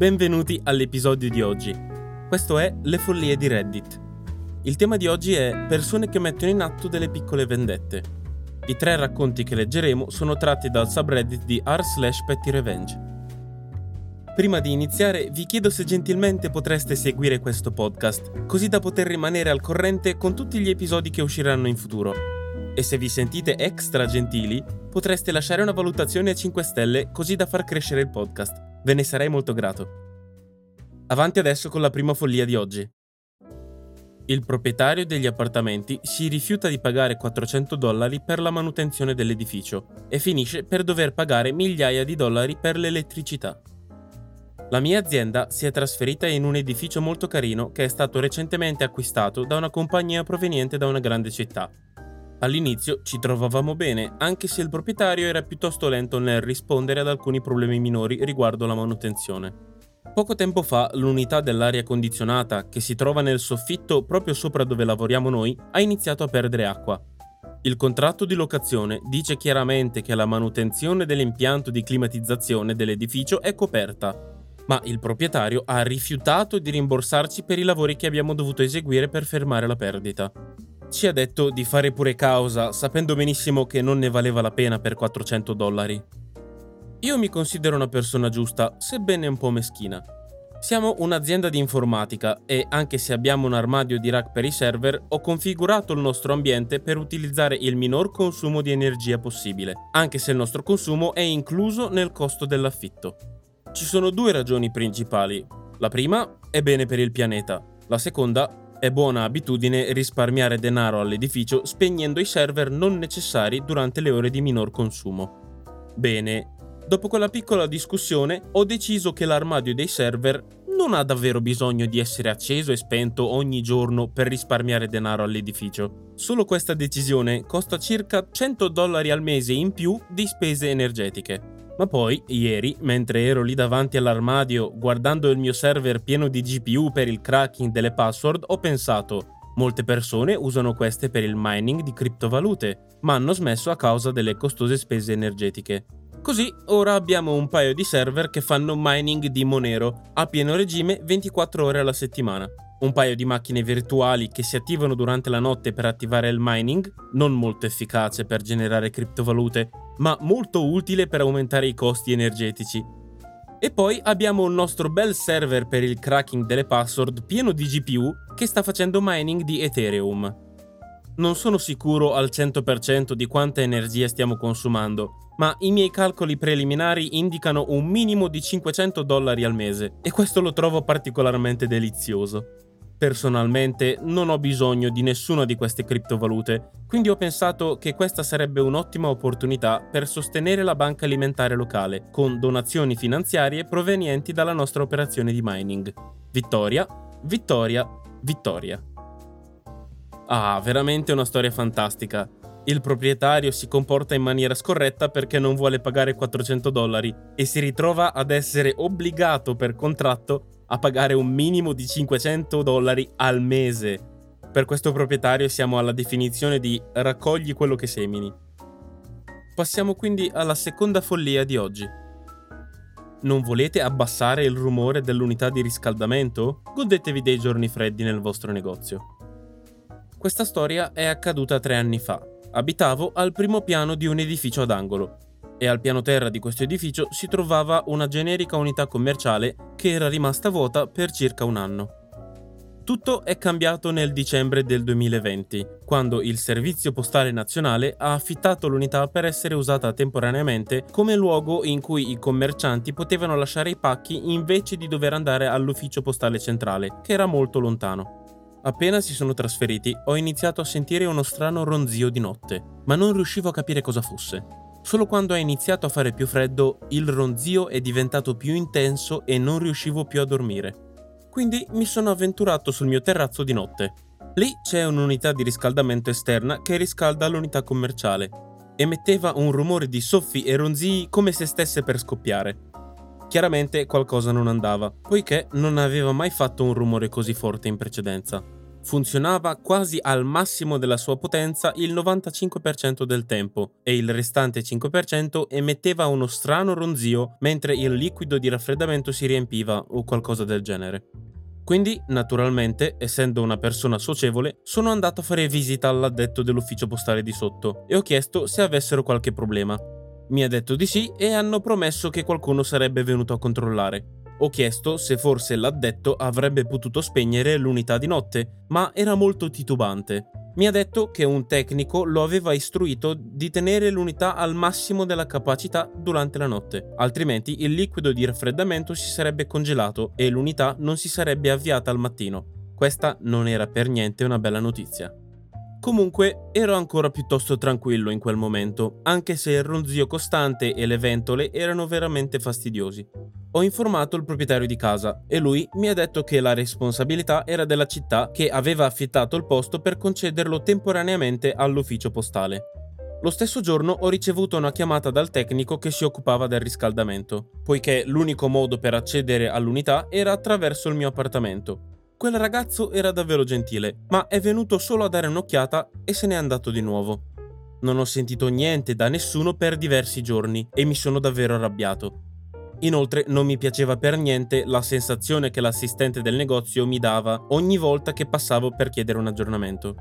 Benvenuti all'episodio di oggi. Questo è Le follie di Reddit. Il tema di oggi è persone che mettono in atto delle piccole vendette. I 3 racconti che leggeremo sono tratti dal subreddit di r/pettyrevenge. Prima di iniziare vi chiedo se gentilmente potreste seguire questo podcast, così da poter rimanere al corrente con tutti gli episodi che usciranno in futuro. E se vi sentite extra gentili, potreste lasciare una valutazione a 5 stelle così da far crescere il podcast. Ve ne sarei molto grato. Avanti adesso con la prima follia di oggi. Il proprietario degli appartamenti si rifiuta di pagare $400 per la manutenzione dell'edificio e finisce per dover pagare migliaia di dollari per l'elettricità. La mia azienda si è trasferita in un edificio molto carino che è stato recentemente acquistato da una compagnia proveniente da una grande città. All'inizio ci trovavamo bene, anche se il proprietario era piuttosto lento nel rispondere ad alcuni problemi minori riguardo la manutenzione. Poco tempo fa l'unità dell'aria condizionata, che si trova nel soffitto proprio sopra dove lavoriamo noi, ha iniziato a perdere acqua. Il contratto di locazione dice chiaramente che la manutenzione dell'impianto di climatizzazione dell'edificio è coperta, ma il proprietario ha rifiutato di rimborsarci per i lavori che abbiamo dovuto eseguire per fermare la perdita. Ci ha detto di fare pure causa, sapendo benissimo che non ne valeva la pena per $400. Io mi considero una persona giusta, sebbene un po' meschina. Siamo un'azienda di informatica e, anche se abbiamo un armadio di rack per i server, ho configurato il nostro ambiente per utilizzare il minor consumo di energia possibile, anche se il nostro consumo è incluso nel costo dell'affitto. Ci sono 2 ragioni principali. La prima è bene per il pianeta, la seconda è buona abitudine risparmiare denaro all'edificio spegnendo i server non necessari durante le ore di minor consumo. Bene, dopo quella piccola discussione ho deciso che l'armadio dei server non ha davvero bisogno di essere acceso e spento ogni giorno per risparmiare denaro all'edificio. Solo questa decisione costa circa $100 al mese in più di spese energetiche. Ma poi, ieri, mentre ero lì davanti all'armadio guardando il mio server pieno di GPU per il cracking delle password, ho pensato: molte persone usano queste per il mining di criptovalute, ma hanno smesso a causa delle costose spese energetiche. Così, ora abbiamo un paio di server che fanno mining di Monero a pieno regime 24 ore alla settimana. Un paio di macchine virtuali che si attivano durante la notte per attivare il mining, non molto efficace per generare criptovalute, ma molto utile per aumentare i costi energetici. E poi abbiamo un nostro bel server per il cracking delle password pieno di GPU che sta facendo mining di Ethereum. Non sono sicuro al 100% di quanta energia stiamo consumando, ma i miei calcoli preliminari indicano un minimo di $500 al mese, e questo lo trovo particolarmente delizioso. Personalmente non ho bisogno di nessuna di queste criptovalute, quindi ho pensato che questa sarebbe un'ottima opportunità per sostenere la banca alimentare locale con donazioni finanziarie provenienti dalla nostra operazione di mining. Vittoria, vittoria, vittoria. Ah, veramente una storia fantastica. Il proprietario si comporta in maniera scorretta perché non vuole pagare $400 e si ritrova ad essere obbligato per contratto a pagare un minimo di $500 al mese. Per questo proprietario siamo alla definizione di raccogli quello che semini. Passiamo quindi alla seconda follia di oggi. Non volete abbassare il rumore dell'unità di riscaldamento? Godetevi dei giorni freddi nel vostro negozio. Questa storia è accaduta 3 anni fa. Abitavo al primo piano di un edificio ad angolo e al piano terra di questo edificio si trovava una generica unità commerciale che era rimasta vuota per circa un anno. Tutto è cambiato nel dicembre del 2020, quando il Servizio Postale Nazionale ha affittato l'unità per essere usata temporaneamente come luogo in cui i commercianti potevano lasciare i pacchi invece di dover andare all'ufficio postale centrale, che era molto lontano. Appena si sono trasferiti, ho iniziato a sentire uno strano ronzio di notte, ma non riuscivo a capire cosa fosse. Solo quando è iniziato a fare più freddo, il ronzio è diventato più intenso e non riuscivo più a dormire. Quindi mi sono avventurato sul mio terrazzo di notte. Lì c'è un'unità di riscaldamento esterna che riscalda l'unità commerciale. Emetteva un rumore di soffi e ronzii come se stesse per scoppiare. Chiaramente qualcosa non andava, poiché non aveva mai fatto un rumore così forte in precedenza. Funzionava quasi al massimo della sua potenza il 95% del tempo e il restante 5% emetteva uno strano ronzio mentre il liquido di raffreddamento si riempiva o qualcosa del genere. Quindi, naturalmente, essendo una persona socievole, sono andato a fare visita all'addetto dell'ufficio postale di sotto e ho chiesto se avessero qualche problema. Mi ha detto di sì e hanno promesso che qualcuno sarebbe venuto a controllare. Ho chiesto se forse l'addetto avrebbe potuto spegnere l'unità di notte, ma era molto titubante. Mi ha detto che un tecnico lo aveva istruito di tenere l'unità al massimo della capacità durante la notte, altrimenti il liquido di raffreddamento si sarebbe congelato e l'unità non si sarebbe avviata al mattino. Questa non era per niente una bella notizia. Comunque, ero ancora piuttosto tranquillo in quel momento, anche se il ronzio costante e le ventole erano veramente fastidiosi. Ho informato il proprietario di casa e lui mi ha detto che la responsabilità era della città che aveva affittato il posto per concederlo temporaneamente all'ufficio postale. Lo stesso giorno ho ricevuto una chiamata dal tecnico che si occupava del riscaldamento, poiché l'unico modo per accedere all'unità era attraverso il mio appartamento. Quel ragazzo era davvero gentile, ma è venuto solo a dare un'occhiata e se n'è andato di nuovo. Non ho sentito niente da nessuno per diversi giorni e mi sono davvero arrabbiato. Inoltre non mi piaceva per niente la sensazione che l'assistente del negozio mi dava ogni volta che passavo per chiedere un aggiornamento.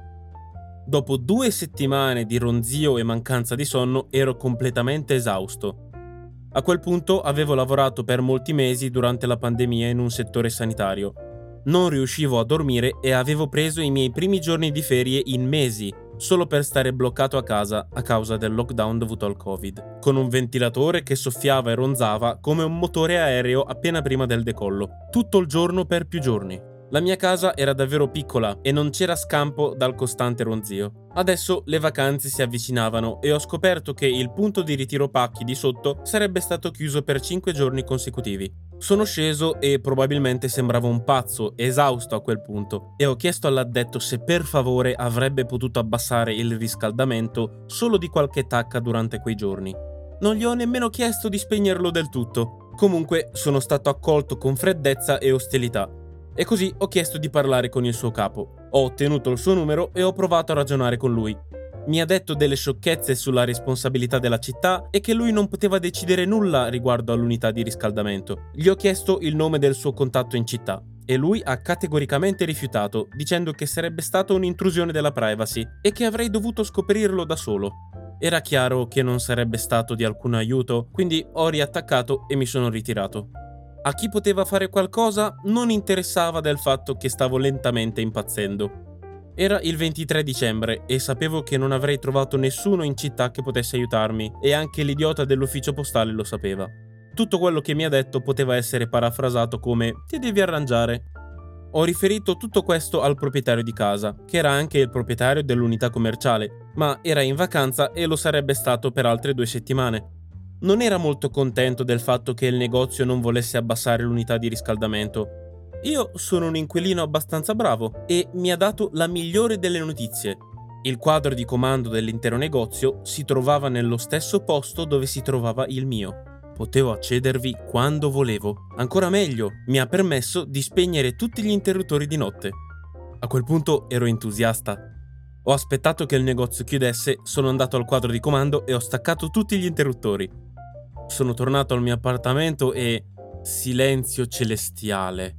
Dopo 2 settimane di ronzio e mancanza di sonno ero completamente esausto. A quel punto avevo lavorato per molti mesi durante la pandemia in un settore sanitario. Non riuscivo a dormire e avevo preso i miei primi giorni di ferie in mesi, solo per stare bloccato a casa a causa del lockdown dovuto al Covid, con un ventilatore che soffiava e ronzava come un motore aereo appena prima del decollo, tutto il giorno per più giorni. La mia casa era davvero piccola e non c'era scampo dal costante ronzio. Adesso le vacanze si avvicinavano e ho scoperto che il punto di ritiro pacchi di sotto sarebbe stato chiuso per 5 giorni consecutivi. Sono sceso e probabilmente sembravo un pazzo, esausto a quel punto, e ho chiesto all'addetto se per favore avrebbe potuto abbassare il riscaldamento solo di qualche tacca durante quei giorni. Non gli ho nemmeno chiesto di spegnerlo del tutto. Comunque sono stato accolto con freddezza e ostilità. E così ho chiesto di parlare con il suo capo. Ho ottenuto il suo numero e ho provato a ragionare con lui. Mi ha detto delle sciocchezze sulla responsabilità della città e che lui non poteva decidere nulla riguardo all'unità di riscaldamento. Gli ho chiesto il nome del suo contatto in città e lui ha categoricamente rifiutato, dicendo che sarebbe stata un'intrusione della privacy e che avrei dovuto scoprirlo da solo. Era chiaro che non sarebbe stato di alcun aiuto, quindi ho riattaccato e mi sono ritirato. A chi poteva fare qualcosa non interessava del fatto che stavo lentamente impazzendo. Era il 23 dicembre e sapevo che non avrei trovato nessuno in città che potesse aiutarmi e anche l'idiota dell'ufficio postale lo sapeva. Tutto quello che mi ha detto poteva essere parafrasato come "ti devi arrangiare". Ho riferito tutto questo al proprietario di casa, che era anche il proprietario dell'unità commerciale, ma era in vacanza e lo sarebbe stato per altre 2 settimane. Non era molto contento del fatto che il negozio non volesse abbassare l'unità di riscaldamento. Io sono un inquilino abbastanza bravo e mi ha dato la migliore delle notizie. Il quadro di comando dell'intero negozio si trovava nello stesso posto dove si trovava il mio. Potevo accedervi quando volevo. Ancora meglio, mi ha permesso di spegnere tutti gli interruttori di notte. A quel punto ero entusiasta. Ho aspettato che il negozio chiudesse, sono andato al quadro di comando e ho staccato tutti gli interruttori. Sono tornato al mio appartamento e... silenzio celestiale.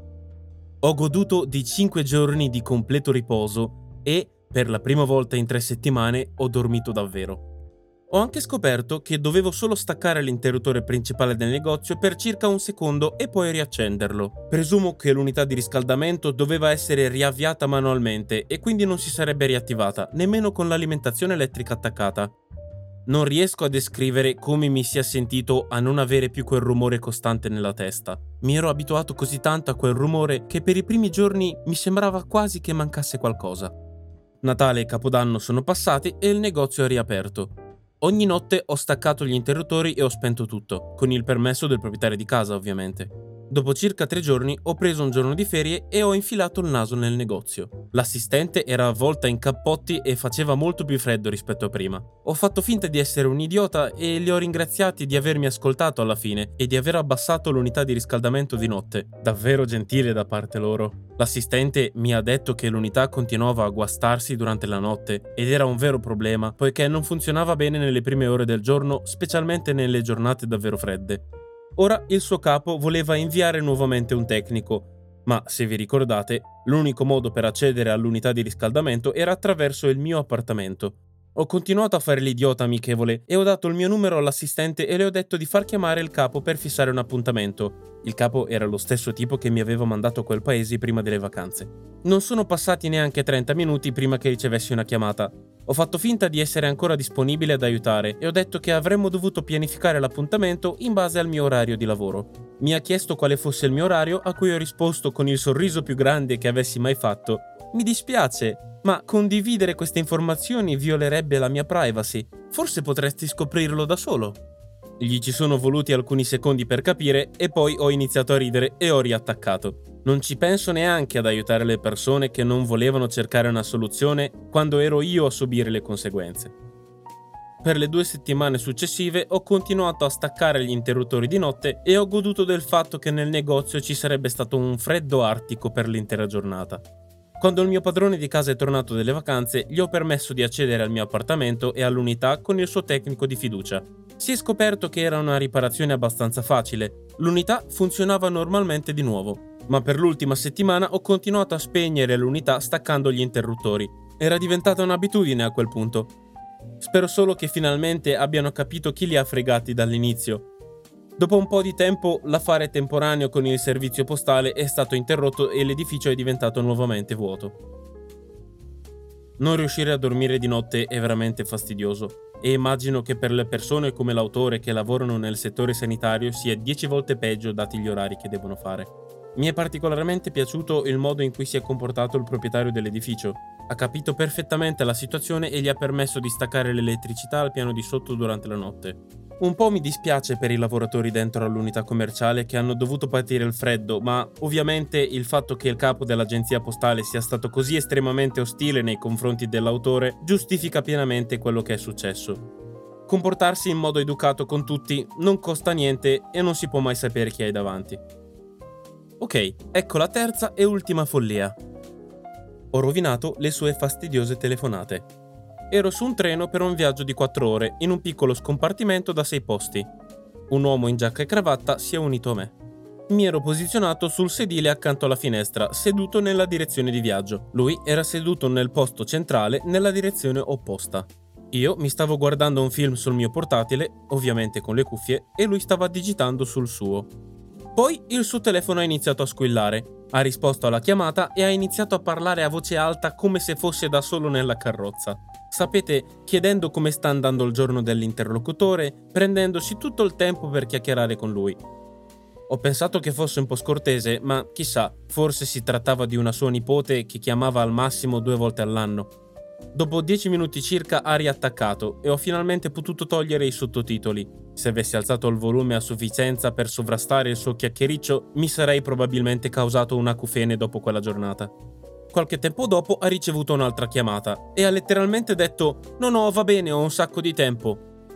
Ho goduto di 5 giorni di completo riposo e, per la prima volta in 3 settimane, ho dormito davvero. Ho anche scoperto che dovevo solo staccare l'interruttore principale del negozio per circa 1 secondo e poi riaccenderlo. Presumo che l'unità di riscaldamento doveva essere riavviata manualmente e quindi non si sarebbe riattivata, nemmeno con l'alimentazione elettrica attaccata. Non riesco a descrivere come mi sia sentito a non avere più quel rumore costante nella testa. Mi ero abituato così tanto a quel rumore che per i primi giorni mi sembrava quasi che mancasse qualcosa. Natale e Capodanno sono passati e il negozio è riaperto. Ogni notte ho staccato gli interruttori e ho spento tutto, con il permesso del proprietario di casa ovviamente. Dopo circa 3 giorni ho preso un giorno di ferie e ho infilato il naso nel negozio. L'assistente era avvolta in cappotti e faceva molto più freddo rispetto a prima. Ho fatto finta di essere un idiota e li ho ringraziati di avermi ascoltato alla fine e di aver abbassato l'unità di riscaldamento di notte. Davvero gentile da parte loro. L'assistente mi ha detto che l'unità continuava a guastarsi durante la notte ed era un vero problema poiché non funzionava bene nelle prime ore del giorno, specialmente nelle giornate davvero fredde. Ora il suo capo voleva inviare nuovamente un tecnico, ma se vi ricordate, l'unico modo per accedere all'unità di riscaldamento era attraverso il mio appartamento. Ho continuato a fare l'idiota amichevole e ho dato il mio numero all'assistente e le ho detto di far chiamare il capo per fissare un appuntamento. Il capo era lo stesso tipo che mi aveva mandato a quel paese prima delle vacanze. Non sono passati neanche 30 minuti prima che ricevessi una chiamata. Ho fatto finta di essere ancora disponibile ad aiutare e ho detto che avremmo dovuto pianificare l'appuntamento in base al mio orario di lavoro. Mi ha chiesto quale fosse il mio orario, a cui ho risposto con il sorriso più grande che avessi mai fatto. Mi dispiace, ma condividere queste informazioni violerebbe la mia privacy. Forse potresti scoprirlo da solo. Gli ci sono voluti alcuni secondi per capire e poi ho iniziato a ridere e ho riattaccato. Non ci penso neanche ad aiutare le persone che non volevano cercare una soluzione quando ero io a subire le conseguenze. Per le 2 settimane successive ho continuato a staccare gli interruttori di notte e ho goduto del fatto che nel negozio ci sarebbe stato un freddo artico per l'intera giornata. Quando il mio padrone di casa è tornato dalle vacanze, gli ho permesso di accedere al mio appartamento e all'unità con il suo tecnico di fiducia. Si è scoperto che era una riparazione abbastanza facile. L'unità funzionava normalmente di nuovo, ma per l'ultima settimana ho continuato a spegnere l'unità staccando gli interruttori. Era diventata un'abitudine a quel punto. Spero solo che finalmente abbiano capito chi li ha fregati dall'inizio. Dopo un po' di tempo, l'affare temporaneo con il servizio postale è stato interrotto e l'edificio è diventato nuovamente vuoto. Non riuscire a dormire di notte è veramente fastidioso e immagino che per le persone come l'autore che lavorano nel settore sanitario sia 10 volte peggio dati gli orari che devono fare. Mi è particolarmente piaciuto il modo in cui si è comportato il proprietario dell'edificio. Ha capito perfettamente la situazione e gli ha permesso di staccare l'elettricità al piano di sotto durante la notte. Un po' mi dispiace per i lavoratori dentro all'unità commerciale che hanno dovuto patire il freddo, ma ovviamente il fatto che il capo dell'agenzia postale sia stato così estremamente ostile nei confronti dell'autore giustifica pienamente quello che è successo. Comportarsi in modo educato con tutti non costa niente e non si può mai sapere chi hai davanti. Ok, ecco la terza e ultima follia. Ho rovinato le sue fastidiose telefonate. Ero su un treno per un viaggio di 4 ore in un piccolo scompartimento da 6 posti. Un uomo in giacca e cravatta si è unito a me. Mi ero posizionato sul sedile accanto alla finestra, seduto nella direzione di viaggio. Lui era seduto nel posto centrale nella direzione opposta. Io mi stavo guardando un film sul mio portatile, ovviamente con le cuffie, e lui stava digitando sul suo. Poi il suo telefono ha iniziato a squillare, ha risposto alla chiamata e ha iniziato a parlare a voce alta come se fosse da solo nella carrozza. Sapete, chiedendo come sta andando il giorno dell'interlocutore, prendendosi tutto il tempo per chiacchierare con lui. Ho pensato che fosse un po' scortese, ma chissà, forse si trattava di una sua nipote che chiamava al massimo 2 volte all'anno. Dopo 10 minuti circa ha riattaccato e ho finalmente potuto togliere i sottotitoli. Se avessi alzato il volume a sufficienza per sovrastare il suo chiacchiericcio, mi sarei probabilmente causato un acufene dopo quella giornata. Qualche tempo dopo ha ricevuto un'altra chiamata e ha letteralmente detto «No, va bene, ho un sacco di tempo».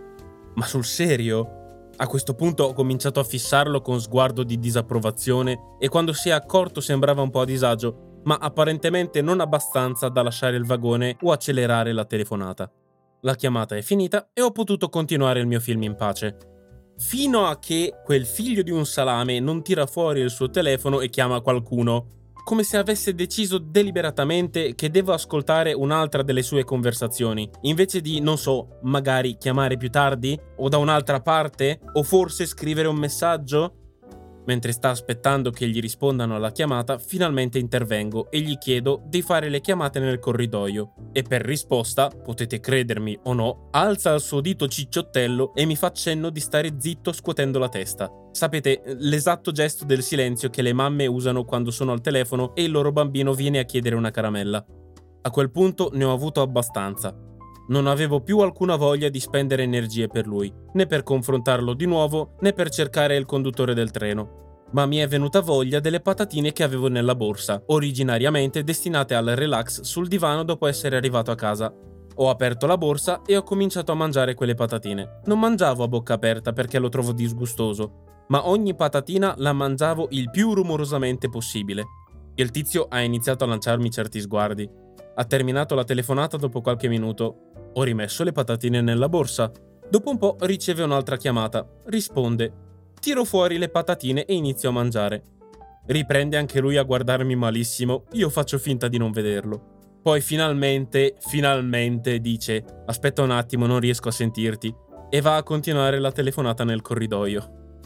Ma sul serio? A questo punto ho cominciato a fissarlo con sguardo di disapprovazione e quando si è accorto sembrava un po' a disagio, ma apparentemente non abbastanza da lasciare il vagone o accelerare la telefonata. La chiamata è finita e ho potuto continuare il mio film in pace. Fino a che quel figlio di un salame non tira fuori il suo telefono e chiama qualcuno, come se avesse deciso deliberatamente che devo ascoltare un'altra delle sue conversazioni, invece di, non so, magari chiamare più tardi, o da un'altra parte, o forse scrivere un messaggio. Mentre sta aspettando che gli rispondano alla chiamata, finalmente intervengo e gli chiedo di fare le chiamate nel corridoio. E per risposta, potete credermi o no, alza il suo dito cicciottello e mi fa cenno di stare zitto scuotendo la testa. Sapete, l'esatto gesto del silenzio che le mamme usano quando sono al telefono e il loro bambino viene a chiedere una caramella. A quel punto ne ho avuto abbastanza. Non avevo più alcuna voglia di spendere energie per lui, né per confrontarlo di nuovo, né per cercare il conduttore del treno. ma mi è venuta voglia delle patatine che avevo nella borsa, originariamente destinate al relax sul divano dopo essere arrivato a casa. Ho aperto la borsa e ho cominciato a mangiare quelle patatine. Non mangiavo a bocca aperta perché lo trovo disgustoso, ma ogni patatina la mangiavo il più rumorosamente possibile. Il tizio ha iniziato a lanciarmi certi sguardi. Ha terminato la telefonata dopo qualche minuto. Ho rimesso le patatine nella borsa. Dopo un po' riceve un'altra chiamata. Risponde. Tiro fuori le patatine e inizio a mangiare. Riprende anche lui a guardarmi malissimo. Io faccio finta di non vederlo. Poi finalmente dice: aspetta un attimo, non riesco a sentirti, e va a continuare la telefonata nel corridoio.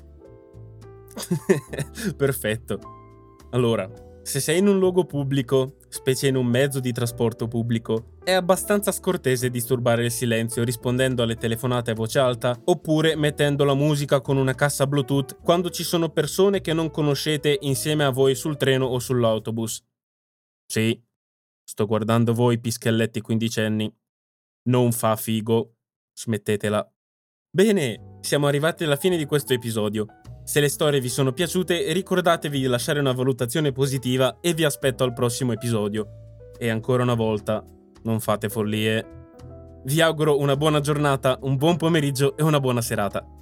Perfetto. Allora, se sei in un luogo pubblico, specie in un mezzo di trasporto pubblico, è abbastanza scortese disturbare il silenzio rispondendo alle telefonate a voce alta oppure mettendo la musica con una cassa Bluetooth quando ci sono persone che non conoscete insieme a voi sul treno o sull'autobus. Sì. Sto guardando voi pischelletti quindicenni. Non fa figo. Smettetela. Bene, siamo arrivati alla fine di questo episodio. Se le storie vi sono piaciute, ricordatevi di lasciare una valutazione positiva e vi aspetto al prossimo episodio. E ancora una volta, non fate follie. Vi auguro una buona giornata, un buon pomeriggio e una buona serata.